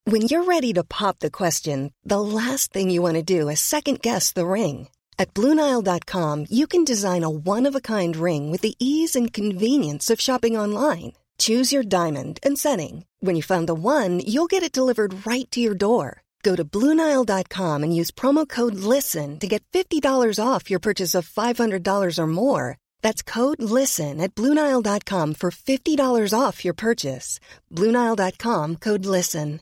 When you're ready to pop the question, the last thing you want to do is second-guess the ring. At BlueNile.com, you can design a one-of-a-kind ring with the ease and convenience of shopping online. Choose your diamond and setting. When you find the one, you'll get it delivered right to your door. Go to BlueNile.com and use promo code LISTEN to get $50 off your purchase of $500 or more. That's code LISTEN at BlueNile.com for $50 off your purchase. BlueNile.com, code LISTEN.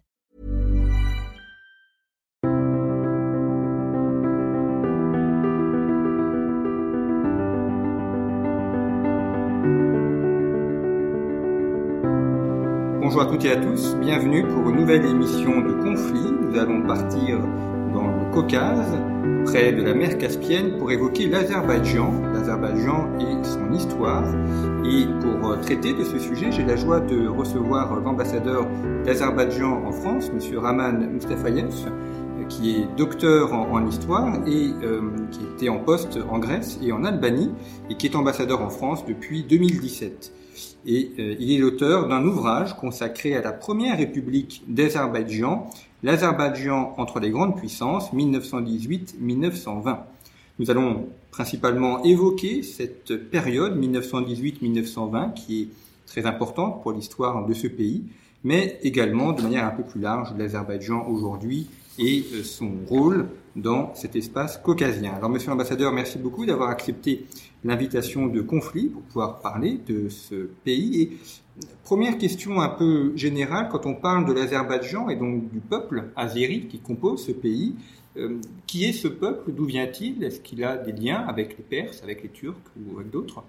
Bonjour à toutes et à tous, bienvenue pour une nouvelle émission de Conflit. Nous allons partir dans le Caucase, près de la mer Caspienne, pour évoquer l'Azerbaïdjan et son histoire. Et pour traiter de ce sujet, j'ai la joie de recevoir l'ambassadeur d'Azerbaïdjan en France, M. Raman Mustafayev, qui est docteur en histoire et qui était en poste en Grèce et en Albanie, et qui est ambassadeur en France depuis 2017. Et il est l'auteur d'un ouvrage consacré à la première république d'Azerbaïdjan, l'Azerbaïdjan entre les grandes puissances, 1918-1920. Nous allons principalement évoquer cette période 1918-1920 qui est très importante pour l'histoire de ce pays, mais également de manière un peu plus large l'Azerbaïdjan aujourd'hui et son rôle dans cet espace caucasien. Alors, monsieur l'ambassadeur, merci beaucoup d'avoir accepté l'invitation de Conflit pour pouvoir parler de ce pays. Et première question un peu générale, quand on parle de l'Azerbaïdjan et donc du peuple azéri qui compose ce pays, qui est ce peuple? D'où vient-il? Est-ce qu'il a des liens avec les Perses, avec les Turcs ou avec d'autres?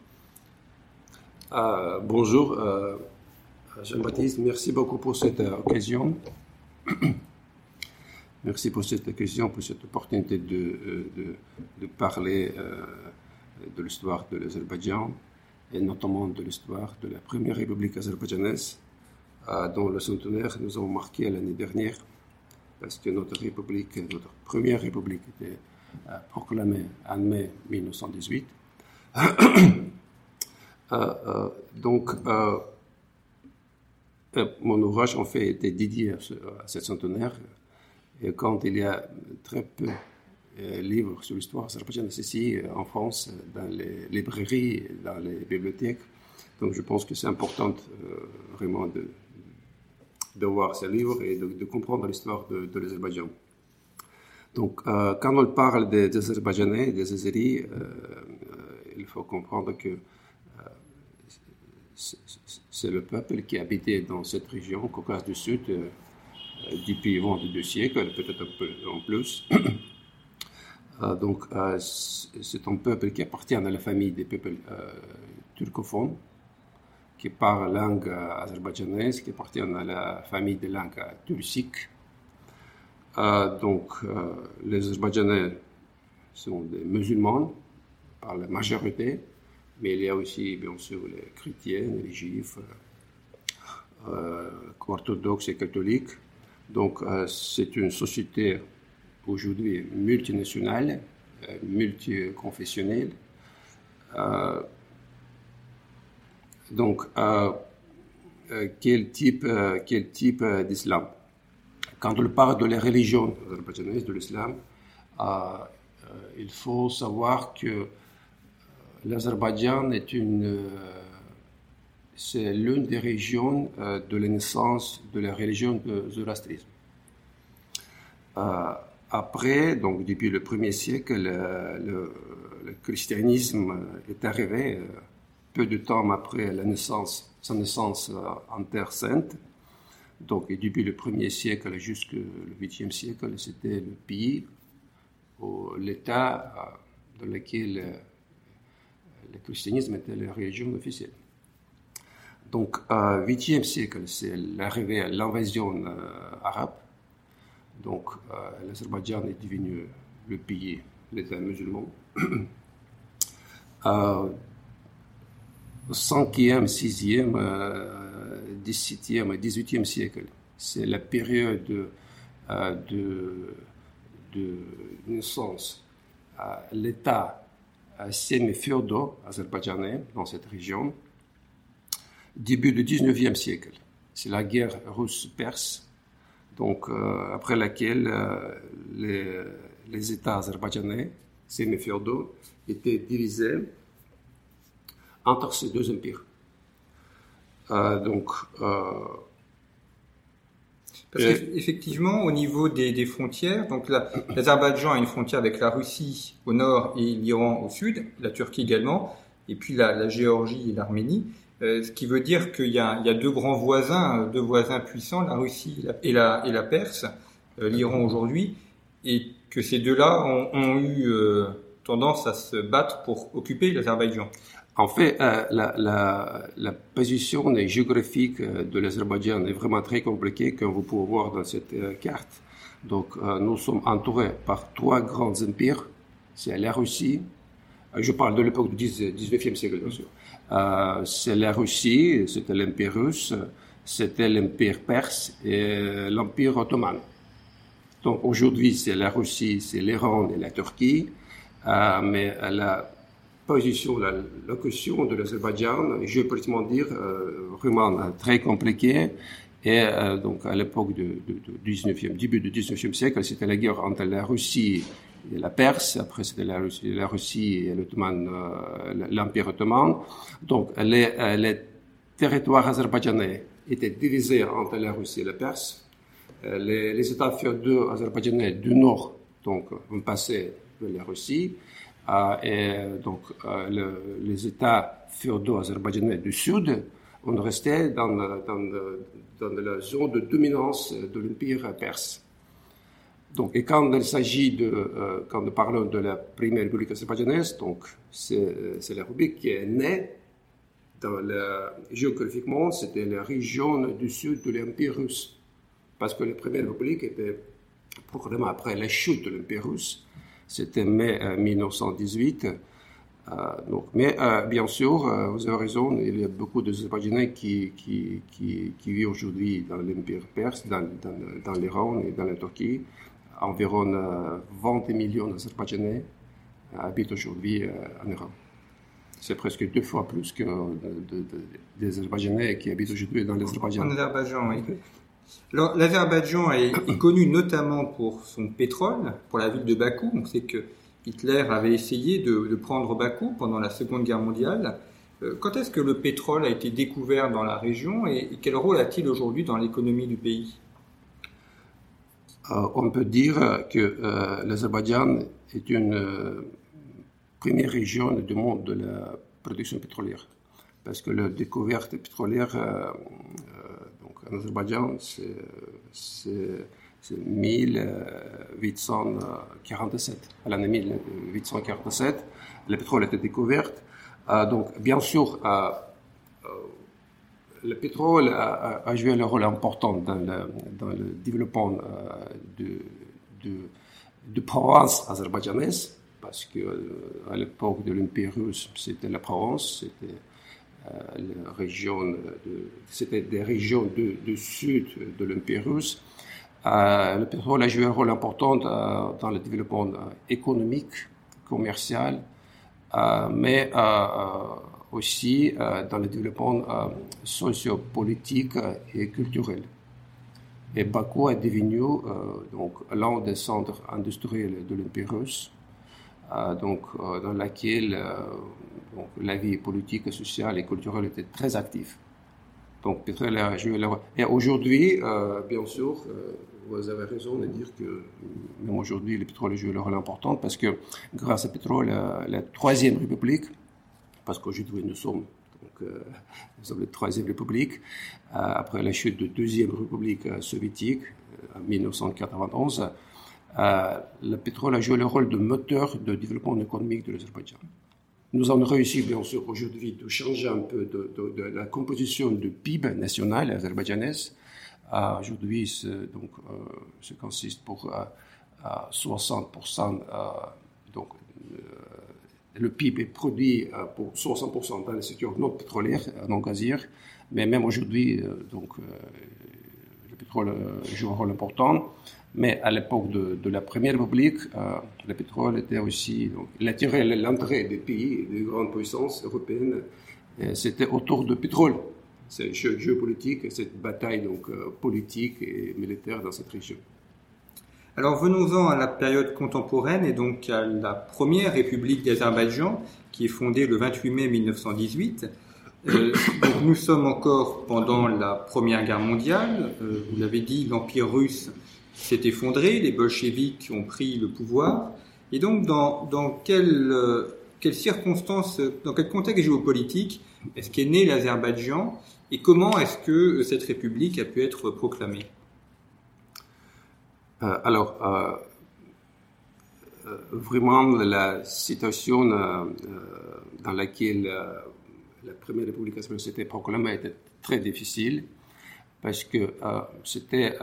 Bonjour, Jean-Baptiste, merci beaucoup pour cette occasion. Merci pour cette occasion, pour cette opportunité de parler de l'histoire de l'Azerbaïdjan et notamment de l'histoire de la première république azerbaïdjanaise dont le centenaire nous avons marqué l'année dernière parce que notre première république était proclamée en mai 1918. Mon ouvrage en fait était dédié à ce centenaire. Et quand il y a très peu de livres sur l'histoire azerbaïdjanaise ici en France, dans les librairies, dans les bibliothèques, donc je pense que c'est important vraiment de voir ces livres et de comprendre l'histoire de l'Azerbaïdjan. Donc quand on parle des Azerbaïdjanais, des Azéris, il faut comprendre que c'est le peuple qui habitait dans cette région, Caucase du Sud, depuis 22 siècles, peut-être un peu en plus. C'est un peuple qui appartient à la famille des peuples turcophones, qui parlent langue azerbaïdjanaise, qui appartient à la famille des langues turciques. Les Azerbaïdjanais sont des musulmans, par la majorité, mais il y a aussi, bien sûr, les chrétiens, les juifs, orthodoxes et catholiques. Donc, c'est une société aujourd'hui multinationale, multiconfessionnelle. Quel type d'islam? Quand on parle de la religion azerbaïdjanaise, de l'islam, il faut savoir que l'Azerbaïdjan c'est l'une des régions de la naissance de la religion de zoroastrisme. Après, donc depuis le 1er siècle, le christianisme est arrivé peu de temps après sa naissance en Terre Sainte. Donc, et depuis le 1er siècle jusqu'au 8e siècle, c'était le pays ou l'État dans lequel le christianisme était la religion officielle. Donc, au 8e siècle, c'est l'arrivée à l'invasion arabe. Donc, l'Azerbaïdjan est devenu le pays, l'État musulman. Au 5e, 6e, 17e et 18e siècle, c'est la période de naissance à l'État semi-féodal azerbaïdjanais dans cette région. Début du 19e siècle, c'est la guerre russe-perse. Donc, après laquelle les États azerbaïdjanais, semi-féodaux, étaient divisés entre ces deux empires. Parce qu'effectivement, au niveau des frontières, donc l'Azerbaïdjan a une frontière avec la Russie au nord et l'Iran au sud, la Turquie également, et puis la Géorgie et l'Arménie. Ce qui veut dire qu'il y a deux grands voisins, deux voisins puissants, la Russie et la Perse, l'Iran aujourd'hui, et que ces deux-là ont eu tendance à se battre pour occuper l'Azerbaïdjan. En fait, la position géographique de l'Azerbaïdjan est vraiment très compliquée, comme vous pouvez voir dans cette carte. Donc, nous sommes entourés par trois grands empires. C'est la Russie. Je parle de l'époque du 19e siècle, bien sûr. C'est la Russie, c'était l'Empire russe, c'était l'Empire perse et l'Empire ottoman. Donc, aujourd'hui, c'est la Russie, c'est l'Iran et la Turquie. Mais la position, la location de l'Azerbaïdjan, je peux dire, vraiment très compliquée. Et donc, à l'époque du début du 19e siècle, c'était la guerre entre la Russie et la Perse. Après, c'était la Russie et l'Empire ottoman. Donc, les territoires azerbaïdjanais étaient divisés entre la Russie et la Perse. Les États féodaux azerbaïdjanais du nord, donc, ont passé de la Russie. Et donc, les États féodaux azerbaïdjanais du sud ont resté dans la zone de dominance de l'Empire perse. Donc, et quand il s'agit quand nous parlons de la première République azerbaïdjanaise, donc, c'est la République qui est née géographiquement, c'était la région du sud de l'Empire russe. Parce que la première République était probablement après la chute de l'Empire russe. C'était mai 1918. Mais bien sûr, vous avez raison, il y a beaucoup d'Azerbaïdjanais qui vivent aujourd'hui dans l'Empire perse, dans l'Iran et dans la Turquie. Environ 20 millions d'Azerbaïdjanais habitent aujourd'hui en Iran. C'est presque 2 fois plus que des Azerbaïdjanais qui habitent aujourd'hui dans l'Azerbaïdjan. En Azerbaïdjan, oui. Alors, l'Azerbaïdjan est connu notamment pour son pétrole, pour la ville de Bakou. On sait que Hitler avait essayé de prendre Bakou pendant la Seconde Guerre mondiale. Quand est-ce que le pétrole a été découvert dans la région et quel rôle a-t-il aujourd'hui dans l'économie du pays ? On peut dire que l'Azerbaïdjan est une première région du monde de la production pétrolière. Parce que la découverte pétrolière en Azerbaïdjan, c'est 1847. À l'année 1847, le pétrole a été découvert. Donc, bien sûr, le pétrole a joué un rôle important dans le développement de province azerbaïdjanaise, parce que à l'époque de l'Empire russe, c'était la Provence, c'était c'était des régions du sud de l'Empire russe. Le pétrole a joué un rôle important dans le développement économique, commercial, mais aussi dans le développement sociopolitique et culturel. Et Bakou est devenu donc l'un des centres industriels de l'Empire russe, dans laquelle la vie politique, sociale et culturelle était très active. Donc, le pétrole a joué le rôle. Et aujourd'hui, bien sûr, vous avez raison de dire que même aujourd'hui, le pétrole joue un rôle important parce que grâce au pétrole, la Troisième République, parce qu'aujourd'hui nous sommes la Troisième République, après la chute de la Deuxième République soviétique en 1991, le pétrole a joué le rôle de moteur de développement économique de l'Azerbaïdjan. Nous avons réussi, bien sûr, aujourd'hui, de changer un peu de la composition du PIB national azerbaïdjanaise. Aujourd'hui, ça consiste pour 60%. Donc, le PIB est produit pour 60% dans le secteur non pétrolier, non gazier. Mais même aujourd'hui, le pétrole joue un rôle important. Mais à l'époque de la Première République, le pétrole était aussi... Donc, il attirait l'entrée des pays, des grandes puissances européennes. C'était autour du pétrole. ce jeu géopolitique, cette bataille donc politique et militaire dans cette région. Alors venons-en à la période contemporaine et donc à la première République d'Azerbaïdjan qui est fondée le 28 mai 1918. Donc nous sommes encore pendant la Première Guerre mondiale. Vous l'avez dit, l'Empire russe s'est effondré, les bolcheviks ont pris le pouvoir. Et donc dans quelles circonstances, dans quel contexte géopolitique est-ce qu'est né l'Azerbaïdjan et comment est-ce que cette république a pu être proclamée ? Vraiment, la situation dans laquelle la première République azerbaïdjanaise s'était proclamée était très difficile parce que c'était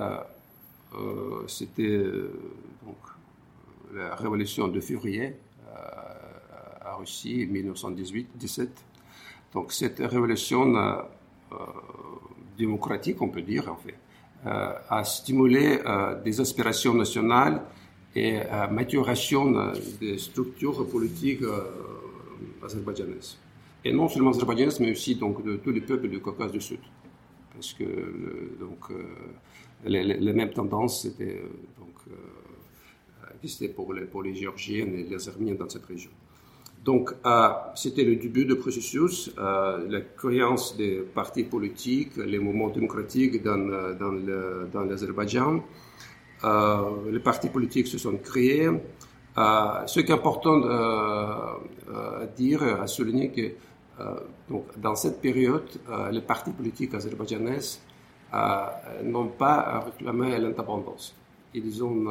donc la révolution de février à Russie, 1918-17. Donc cette révolution démocratique, on peut dire en fait, a stimulé des aspirations nationales et maturation des structures politiques azerbaïdjanaises. Et non seulement azerbaïdjanaises, mais aussi donc, de tous les peuples du Caucase du Sud. Parce que les mêmes tendances existaient pour les Géorgiens et les Arméniens dans cette région. Donc, c'était le début du processus, la créance des partis politiques, les mouvements démocratiques dans l'Azerbaïdjan. Les partis politiques se sont créés. Ce qui est important à dire, à souligner que donc, dans cette période, les partis politiques azerbaïdjanais n'ont pas réclamé l'indépendance. Ils ont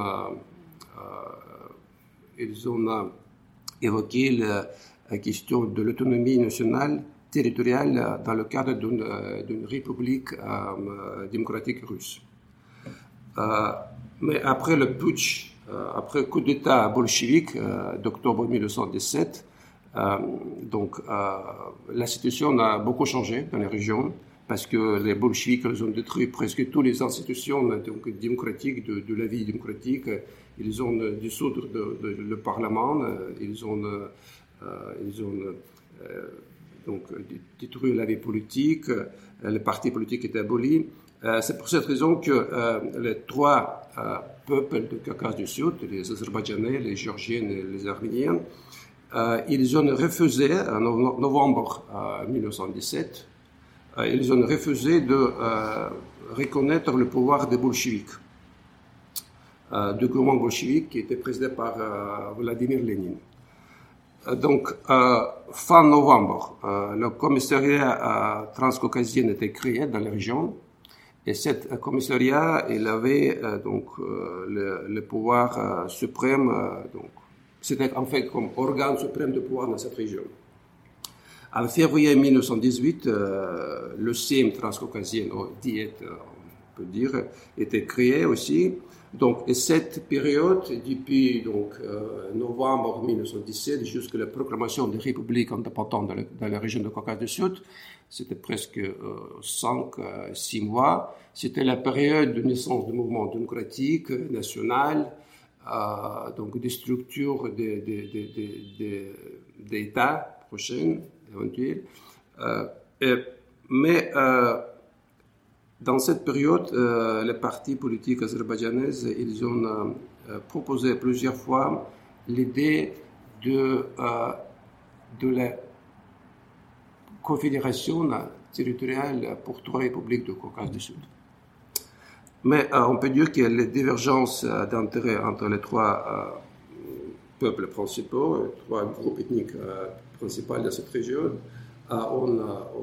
évoqué la question de l'autonomie nationale territoriale dans le cadre d'une république démocratique russe. Mais après le putsch, après le coup d'État bolchevique d'octobre 1917, donc la situation a beaucoup changé dans la région parce que les bolcheviks ont détruit presque toutes les institutions donc, démocratiques de la vie démocratique. Ils ont dissous le Parlement, ils ont donc détruit la vie politique, les partis politiques étaient abolis. C'est pour cette raison que les trois peuples du Caucase du Sud, les Azerbaïdjanais, les Géorgiens et les Arméniens, ils ont refusé, en novembre 1917, ils ont refusé de reconnaître le pouvoir des bolcheviks, du gouvernement bolchevique qui était présidé par Vladimir Lénine. Donc, fin novembre, le commissariat transcaucasien était créé dans la région. Et cet commissariat, il avait donc le pouvoir suprême. Donc, c'était en fait comme organe suprême de pouvoir dans cette région. En février 1918, le Sejm transcaucasien, Diet, on peut dire, était créé aussi. Donc, et cette période, depuis donc novembre 1917 jusqu'à la proclamation des républiques indépendantes dans la région du Caucase du Sud, c'était presque 5-6 mois. C'était la période de naissance du mouvement démocratique national, donc des structures d'États prochaines, éventuelles. Mais dans cette période, les partis politiques azerbaïdjanais, ils ont proposé plusieurs fois l'idée de la confédération territoriale pour trois républiques du Caucase du Sud. Mais on peut dire que les divergences d'intérêts entre les trois peuples principaux, les trois groupes ethniques principaux de cette région, ont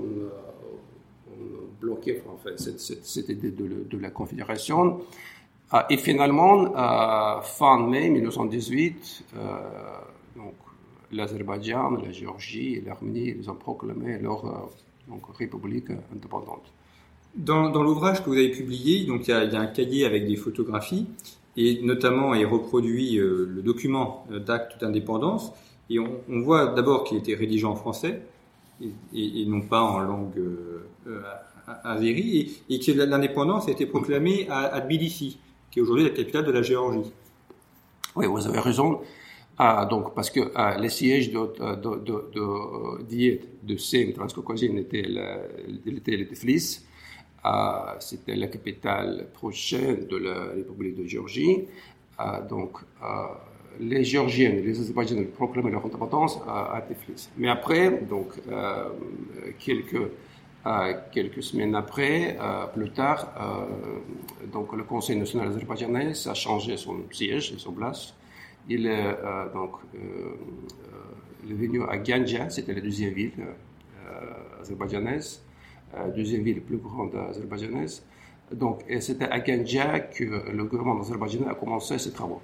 bloqué en fait, cette idée de la confédération. Et finalement, fin mai 1918, donc, l'Azerbaïdjan, la Géorgie et l'Arménie, ils ont proclamé leur république indépendante. Dans l'ouvrage que vous avez publié, donc il y a un cahier avec des photographies et notamment est reproduit le document d'acte d'indépendance et on voit d'abord qu'il était rédigé en français et non pas en langue azérie et que l'indépendance a été proclamée à Tbilissi, qui est aujourd'hui la capitale de la Géorgie. Oui, vous avez raison. Donc, parce que le siège de Sejm Transcaucasien était le Tiflis. C'était la capitale prochaine de la République de Géorgie. Donc, les Géorgiens et les Azerbaïdjanais proclamaient leur indépendance à Tiflis. Mais après, donc, quelques semaines après, plus tard, donc le Conseil national azerbaïdjanais a changé son siège et son place. Il est venu à Ganja, c'était la deuxième ville azerbaïdjanaise, deuxième ville plus grande azerbaïdjanaise. Donc, et c'était à Ganja que le gouvernement azerbaïdjanais a commencé ses travaux.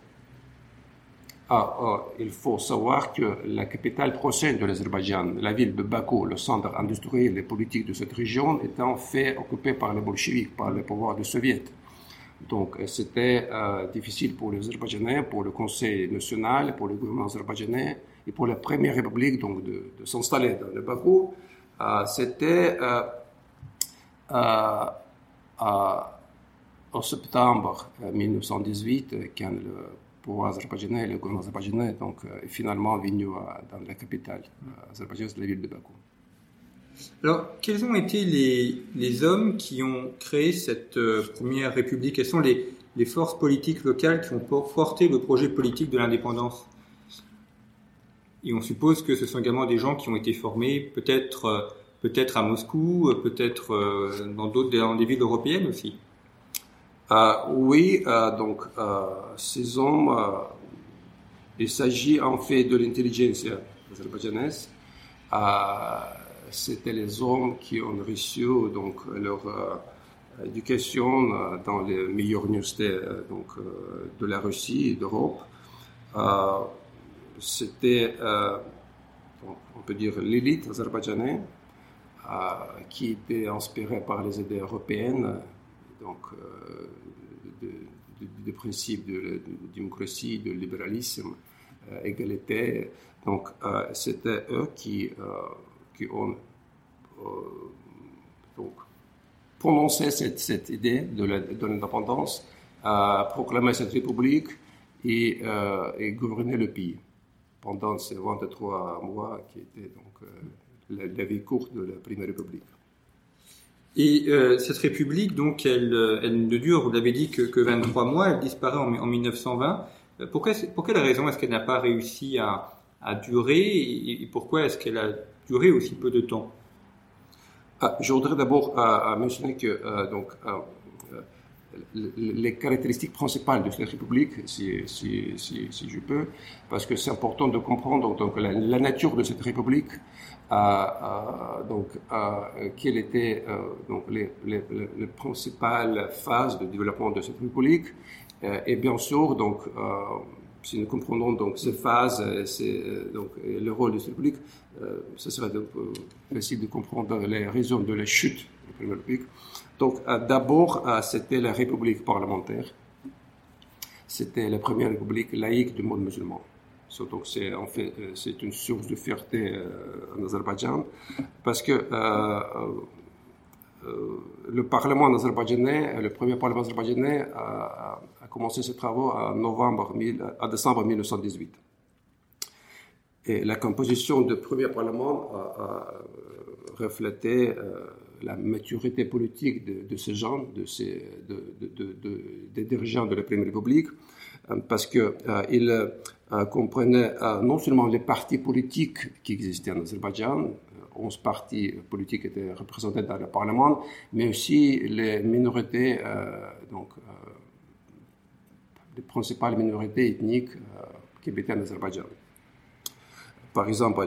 Il faut savoir que la capitale prochaine de l'Azerbaïdjan, la ville de Bakou, le centre industriel et politique de cette région, était en fait occupée par les bolcheviks, par le pouvoir des soviets. Donc, c'était difficile pour les Azerbaïdjanais, pour le Conseil national, pour le gouvernement azerbaïdjanais et pour la Première République donc, de s'installer dans le Bakou. C'était en septembre 1918 quand le pouvoir azerbaïdjanais et le gouvernement azerbaïdjanais donc, est finalement venu dans la capitale azerbaïdjanaise, la ville de Bakou. Alors, quels ont été les hommes qui ont créé cette première république? Quelles sont les forces politiques locales qui ont porté le projet politique de l'indépendance? Et on suppose que ce sont également des gens qui ont été formés peut-être à Moscou, peut-être dans des villes européennes aussi. Oui, donc ces hommes, il s'agit en fait de l'intelligence azerbaïdjanaise. C'était les hommes qui ont reçu donc leur éducation dans les meilleures universités donc de la Russie et d'Europe. C'était, on peut dire, l'élite azerbaïdjanaise qui était inspirée par les idées européennes, donc des principes de démocratie, de libéralisme, égalité. Donc, c'était eux qui ont donc prononcé cette idée de l'indépendance, proclamé cette république et gouverné le pays pendant ces 23 mois qui étaient donc la vie courte de la Première République. Et cette république, donc, elle ne dure, vous l'avez dit, que 23 mois, elle disparaît en 1920. Pour quelle raison est-ce qu'elle n'a pas réussi à durer et pourquoi est-ce qu'elle a duré aussi peu de temps? Je voudrais d'abord mentionner que les caractéristiques principales de cette république, si je peux, parce que c'est important de comprendre donc, la nature de cette république, quelles étaient donc, les principales phases de développement de cette république, et bien sûr, donc, si nous comprenons donc ces phases, donc le rôle de cette république, ce serait donc facile de comprendre les raisons de la chute de la Première République. Donc, d'abord, c'était la République parlementaire. C'était la première République laïque du monde musulman. Donc, c'est une source de fierté en Azerbaïdjan, parce que le Parlement azerbaïdjanais, le premier Parlement azerbaïdjanais, a commencé ses travaux à décembre 1918. Et la composition du premier Parlement a reflété la maturité politique de ces gens, des dirigeants de la Première République, parce qu'ils comprenaient non seulement les partis politiques qui existaient en Azerbaïdjan, 11 partis politiques étaient représentés dans le Parlement, mais aussi les minorités, les principales minorités ethniques qui habitaient en Azerbaïdjan. Par exemple,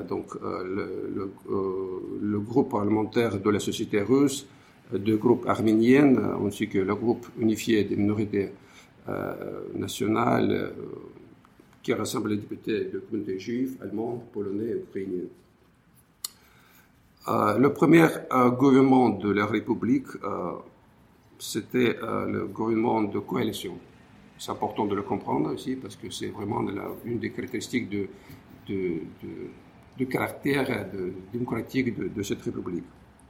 le groupe parlementaire de la société russe, le groupe arménien, ainsi que le groupe unifié des minorités nationales qui rassemble les députés de communautés juives, allemandes, polonais et ukrainiens. Le premier gouvernement de la République, c'était le gouvernement de coalition. C'est important de le comprendre aussi parce que c'est vraiment une des caractéristiques de caractère démocratique de cette République.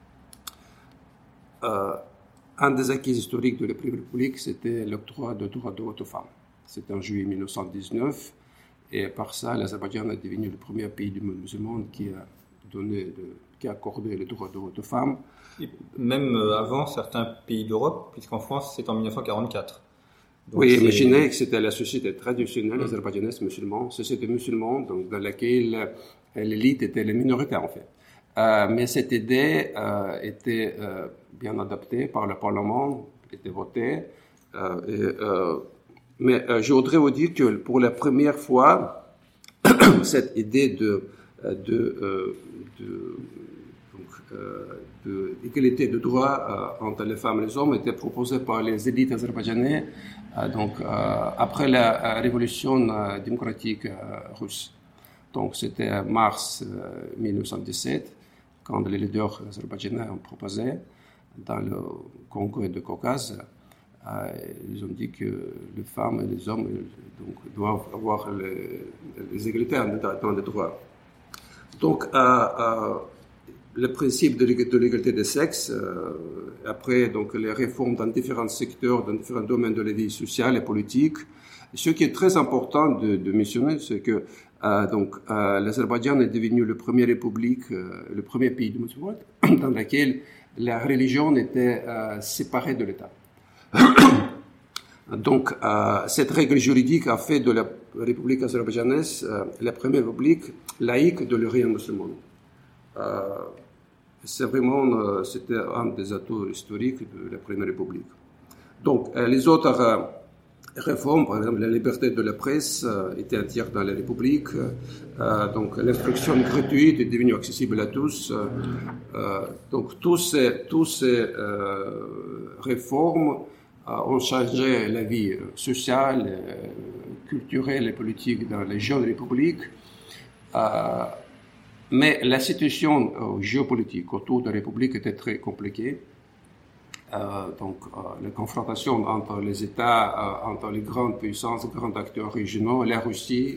Un des acquis historiques de la Première République, c'était l'octroi de droits de vote aux femmes. C'était en juillet 1919 Et par ça, l'Azerbaïdjan est devenu le premier pays du monde musulman qui a accordé le droit de vote aux femmes. Et même avant certains pays d'Europe, puisqu'en France, c'est en 1944. Donc oui, imaginez que c'était la société traditionnelle azerbaïdjanaise musulmane, société musulmane, donc dans laquelle l'élite était la minorité en fait. Mais cette idée était bien adaptée par le Parlement, était votée. Mais je voudrais vous dire que pour la première fois, cette idée d'égalité de droits entre les femmes et les hommes était proposée par les élites azerbaïdjanais après la révolution démocratique russe. Donc c'était mars 1917 quand les leaders azerbaïdjanais ont proposé dans le Congo et le Caucase. Ils ont dit que les femmes et les hommes doivent avoir les égalités dans les droits. Donc, le principe de l'égalité des sexes, après les réformes dans différents secteurs, dans différents domaines de la vie sociale et politique, ce qui est très important de mentionner, c'est que l'Azerbaïdjan est devenu la première république, le premier pays du monde dans lequel la religion était séparée de l'État. Donc, cette règle juridique a fait de la République azerbaïdjanaise la première république laïque de l'Orient musulman. C'était un des atouts historiques de la première république. Donc, les autres réformes, par exemple la liberté de la presse, était entière dans la République. Donc, l'instruction gratuite est devenue accessible à tous. Donc, tous ces réformes ont changé la vie sociale, culturelle et politique dans les jeunes républiques. Mais la situation géopolitique autour de la République était très compliquée. La confrontation entre les États, entre les grandes puissances, les grands acteurs régionaux, la Russie,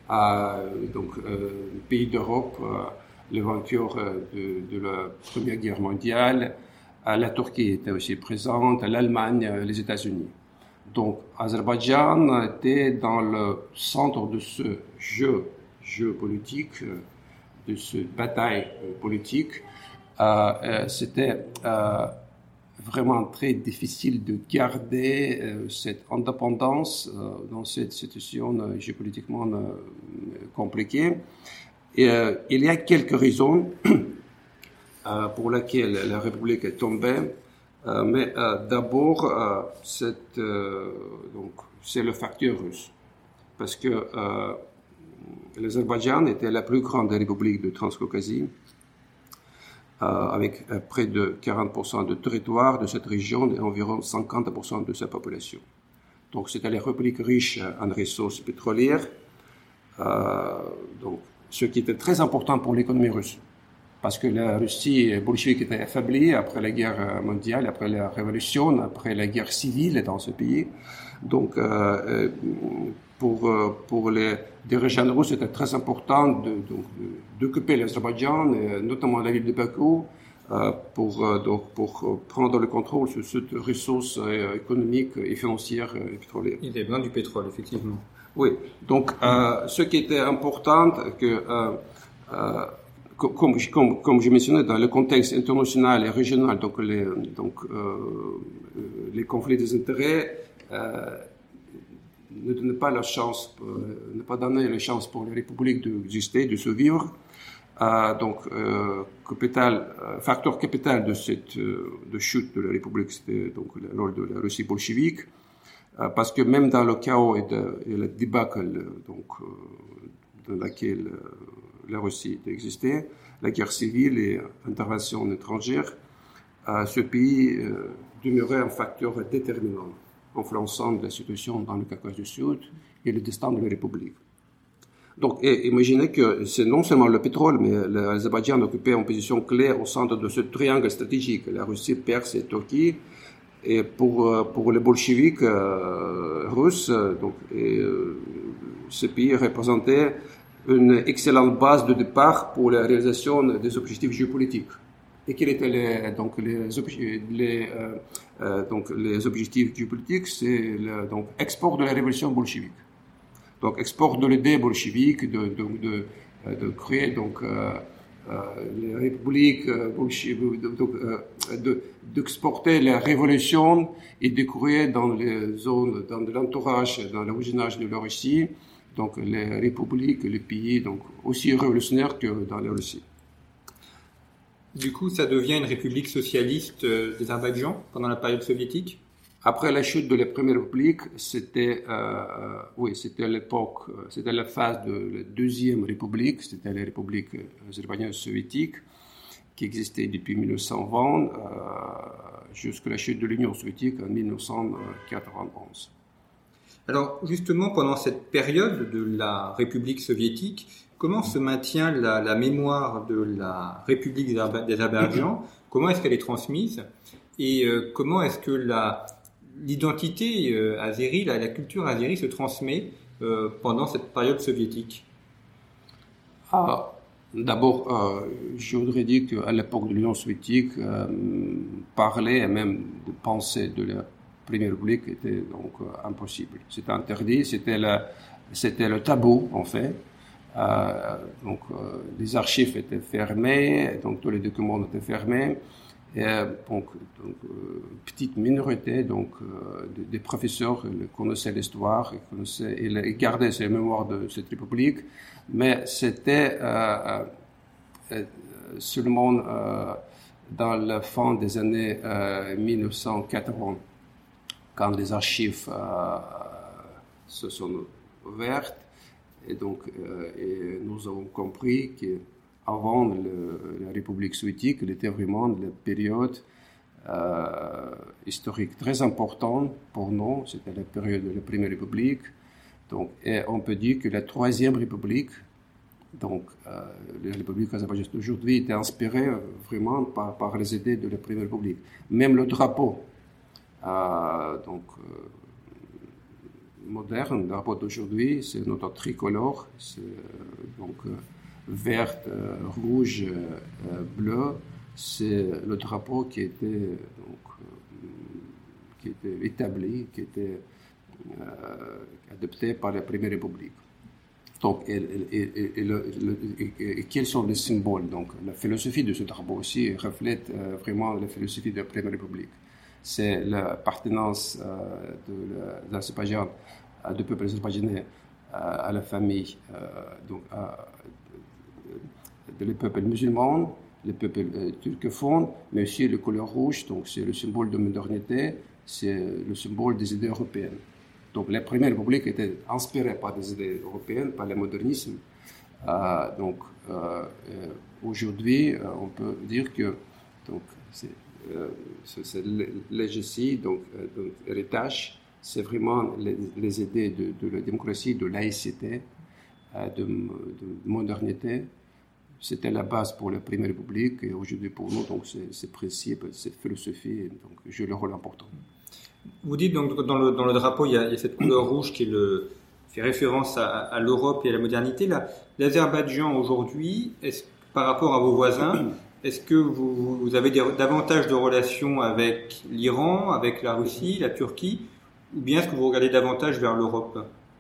les pays d'Europe, les vainqueurs de la Première Guerre mondiale, la Turquie était aussi présente, l'Allemagne, les États-Unis. Donc, Azerbaïdjan était dans le centre de ce jeu politique, de cette bataille politique. C'était vraiment très difficile de garder cette indépendance dans cette situation géopolitiquement compliquée. Et il y a quelques raisons pour laquelle la République est tombée, mais d'abord c'est le facteur russe, parce que l'Azerbaïdjan était la plus grande république de Transcaucasie, avec près de 40% de territoire de cette région et environ 50% de sa population. Donc c'était la république riche en ressources pétrolières, ce qui était très important pour l'économie russe. Parce que la Russie bolchevique était affaiblie après la guerre mondiale, après la révolution, après la guerre civile dans ce pays. Donc, pour les dirigeants russes, c'était très important d'occuper l'Azerbaïdjan, notamment la ville de Bakou, pour prendre le contrôle sur cette ressource économique et financière et pétrolière. Il avait besoin du pétrole, effectivement. Oui. Donc, ce qui était important, comme je mentionnais, dans le contexte international et régional, les conflits des intérêts ne donnaient pas la chance, ne pas donner la chance pour la République d'exister, de survivre. Facteur capital de cette chute de la République, c'était le rôle de la Russie bolchevique, parce que même dans le chaos et la débâcle dans laquelle la Russie existait, la guerre civile et l'intervention étrangère, ce pays demeurait un facteur déterminant, influençant la situation dans le Caucase du Sud et le destin de la République. Donc, imaginez que c'est non seulement le pétrole, mais l'Azerbaïdjan occupait une position clé au centre de ce triangle stratégique, la Russie, Perse et Turquie. Et pour les bolcheviques russes, ce pays représentait une excellente base de départ pour la réalisation des objectifs géopolitiques. Et quels étaient les objectifs géopolitiques? C'est l'export de la révolution bolchevique. donc exportent de l'idée bolchevique de créer donc les républiques d'exporter la révolution et de créer dans les zones, dans l'entourage, dans le voisinage de la Russie, donc les républiques, les pays, donc aussi révolutionnaires que dans la Russie. Du coup, ça devient une république socialiste d'Azerbaïdjan pendant la période soviétique? Après la chute de la Première République, c'était l'époque, c'était la phase de la Deuxième République, c'était la République azerbaïdjanaise soviétique, qui existait depuis 1920 jusqu'à la chute de l'Union soviétique en 1991. Alors, justement, pendant cette période de la République soviétique, comment se maintient la mémoire de la République d'Azerbaïdjan? Comment est-ce qu'elle est transmise? Et comment est-ce que l'identité azérie, la culture azérie se transmet pendant cette période soviétique? D'abord, je voudrais dire qu'à l'époque de l'Union soviétique, parler et même de penser de la Première République était donc impossible. C'était interdit, c'était le tabou en fait. Les archives étaient fermées, donc tous les documents étaient fermés. Et petite minorité des professeurs connaissaient l'histoire, ils gardaient ces mémoires de cette république, mais c'était seulement dans la fin des années 1980, quand les archives se sont ouvertes, et donc et nous avons compris que avant la République soviétique, elle était vraiment la période historique très importante pour nous. C'était la période de la Première République. Donc, et on peut dire que la Troisième République, donc la République azerbaïdjanaise d'aujourd'hui, était inspirée vraiment par les idées de la Première République. Même le drapeau, moderne, le drapeau d'aujourd'hui, c'est notre tricolore, c'est vert, rouge, bleu, c'est le drapeau qui était établi, qui était adopté par la Première République. Donc, et quels sont les symboles? Donc, la philosophie de ce drapeau aussi reflète vraiment la philosophie de la Première République. C'est l'appartenance de l'Azerbaïdjan, du peuple azerbaïdjanais à la famille, les peuples musulmans, les peuples turcophones, mais aussi le couleur rouge, donc c'est le symbole de modernité, c'est le symbole des idées européennes. Donc la Première République était inspirée par des idées européennes, par le modernisme. Aujourd'hui, on peut dire que c'est legacy, donc héritage, c'est vraiment les idées de la démocratie, de laïcité, de modernité. C'était la base pour la Première République et aujourd'hui pour nous, donc ces principes, cette philosophie, donc jouent le rôle important. Vous dites donc dans le drapeau, il y a cette couleur rouge qui fait référence à l'Europe et à la modernité. L'Azerbaïdjan aujourd'hui, par rapport à vos voisins, est-ce que vous avez davantage de relations avec l'Iran, avec la Russie, la Turquie, ou bien est-ce que vous regardez davantage vers l'Europe?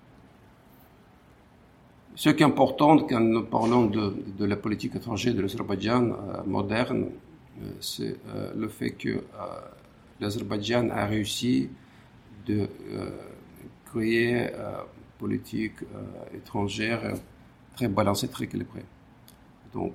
Ce qui est important quand nous parlons de la politique étrangère de l'Azerbaïdjan moderne, c'est le fait que l'Azerbaïdjan a réussi de créer une politique étrangère très balancée, très équilibrée. Donc,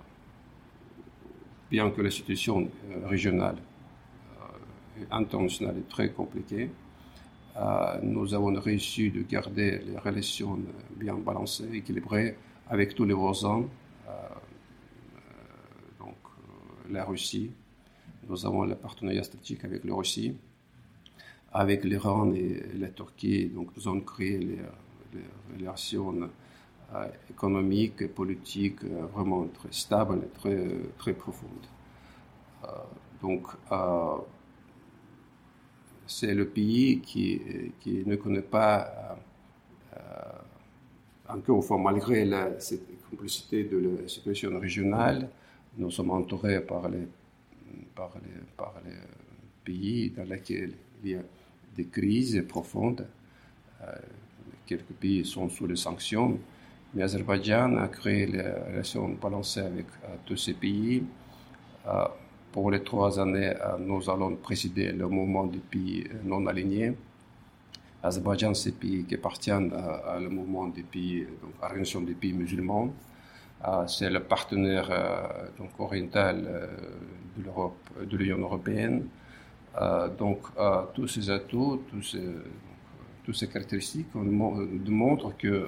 bien que la situation régionale et internationale est très compliquée, nous avons réussi de garder les relations bien balancées, équilibrées avec tous les voisins, la Russie. Nous avons le partenariat stratégique avec la Russie, avec l'Iran et la Turquie. Donc, nous avons créé les relations économiques et politiques vraiment très stables et très, très profondes. C'est le pays qui ne connaît pas, encore une fois, malgré cette complicité de la situation régionale, nous sommes entourés par les pays dans lesquels il y a des crises profondes, quelques pays sont sous les sanctions. Mais l'Azerbaïdjan a créé les relations balancées avec tous ces pays. Pour les 3 années, nous allons présider le mouvement des pays non alignés. L'Azerbaïdjan, c'est un pays qui appartient à le mouvement des pays, donc à l'Organisation des pays musulmans. C'est le partenaire donc oriental de l'Europe, de l'Union européenne. Donc tous ces atouts, toutes ces caractéristiques démontrent que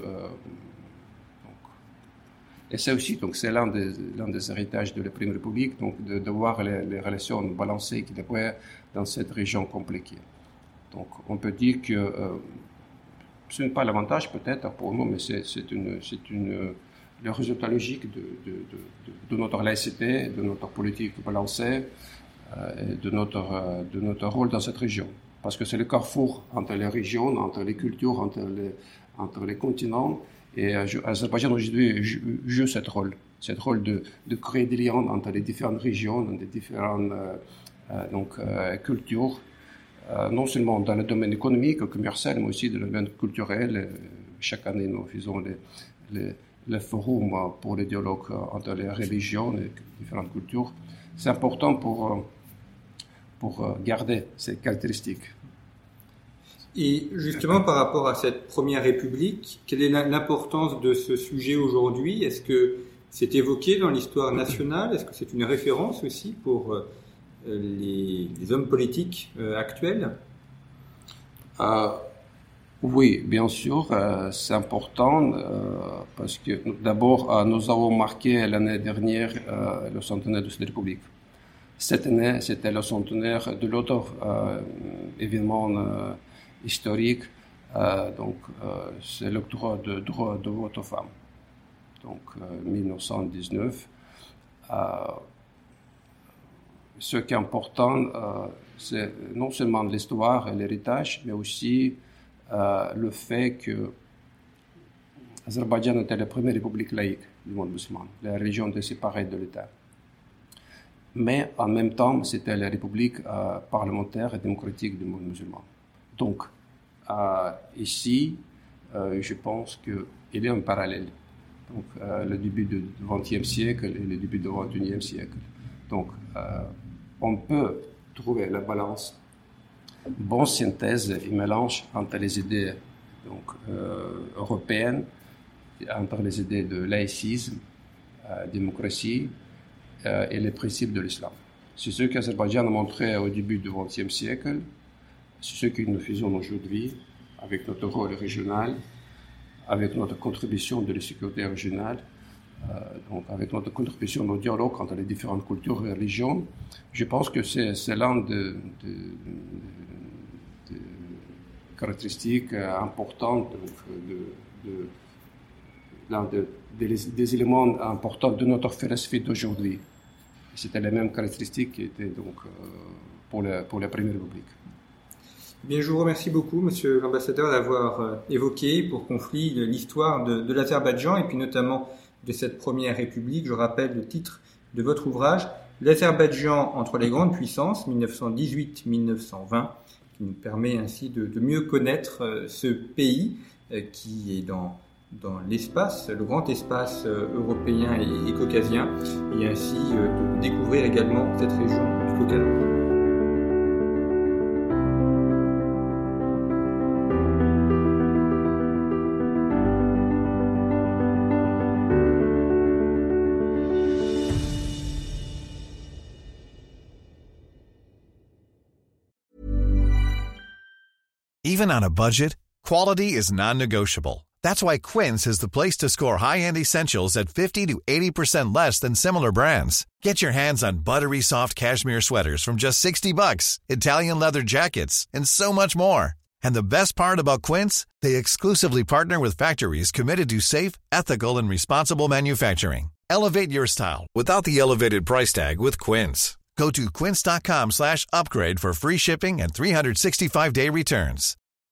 et c'est aussi donc c'est l'un des héritages de la Première République, donc de voir les relations balancées qui devraient dans cette région compliquée. Donc on peut dire que ce n'est pas l'avantage peut-être pour nous, mais c'est le résultat logique de notre laïcité, de notre politique balancée, et de notre rôle dans cette région. Parce que c'est le carrefour entre les régions, entre les cultures, entre les continents. Et l'Azerbaïdjan aujourd'hui joue ce rôle de créer des liens entre les différentes régions, dans les différentes cultures, non seulement dans le domaine économique, commercial, mais aussi dans le domaine culturel. Chaque année, nous faisons les forums pour le dialogue entre les religions, les différentes cultures. C'est important pour garder ces caractéristiques. Et justement, par rapport à cette Première République, quelle est l'importance de ce sujet aujourd'hui? Est-ce que c'est évoqué dans l'histoire nationale? Est-ce que c'est une référence aussi pour les hommes politiques actuels? Oui, bien sûr, c'est important parce que d'abord, nous avons marqué l'année dernière le centenaire de cette République. Cette année, c'était le centenaire de l'autre événement historique, c'est l'octroi de droit de vote aux femmes. Donc, 1919. Ce qui est important, c'est non seulement l'histoire et l'héritage, mais aussi le fait que l'Azerbaïdjan était la première république laïque du monde musulman. La région était séparée de l'État. Mais en même temps, c'était la république parlementaire et démocratique du monde musulman. Donc, ici, je pense qu'il y a un parallèle. Donc, le début du XXe siècle et le début du XXIe siècle. Donc, on peut trouver la balance, bonne synthèse et mélange entre les idées européennes, entre les idées de laïcisme, démocratie et les principes de l'islam. C'est ce que l'Azerbaïdjan a montré au début du XXe siècle. C'est ce que nous faisons aujourd'hui avec notre rôle régional, avec notre contribution de la sécurité régionale, donc avec notre contribution au dialogue entre les différentes cultures et religions. Je pense que c'est l'un des caractéristiques importantes, l'un des éléments importants de notre philosophie d'aujourd'hui. C'était les mêmes caractéristiques qui étaient donc pour la Première République. Bien, je vous remercie beaucoup, Monsieur l'ambassadeur, d'avoir évoqué pour conflit l'histoire de l'Azerbaïdjan et puis notamment de cette Première République. Je rappelle le titre de votre ouvrage, L'Azerbaïdjan entre les grandes puissances, 1918-1920, qui nous permet ainsi de mieux connaître ce pays qui est dans l'espace, le grand espace européen et caucasien, et ainsi de découvrir également cette région du Caucase. Even on a budget, quality is non-negotiable. That's why Quince is the place to score high-end essentials at 50 to 80% less than similar brands. Get your hands on buttery soft cashmere sweaters from just $60, Italian leather jackets, and so much more. And the best part about Quince, they exclusively partner with factories committed to safe, ethical, and responsible manufacturing. Elevate your style without the elevated price tag with Quince. Go to quince.com/upgrade for free shipping and 365-day returns.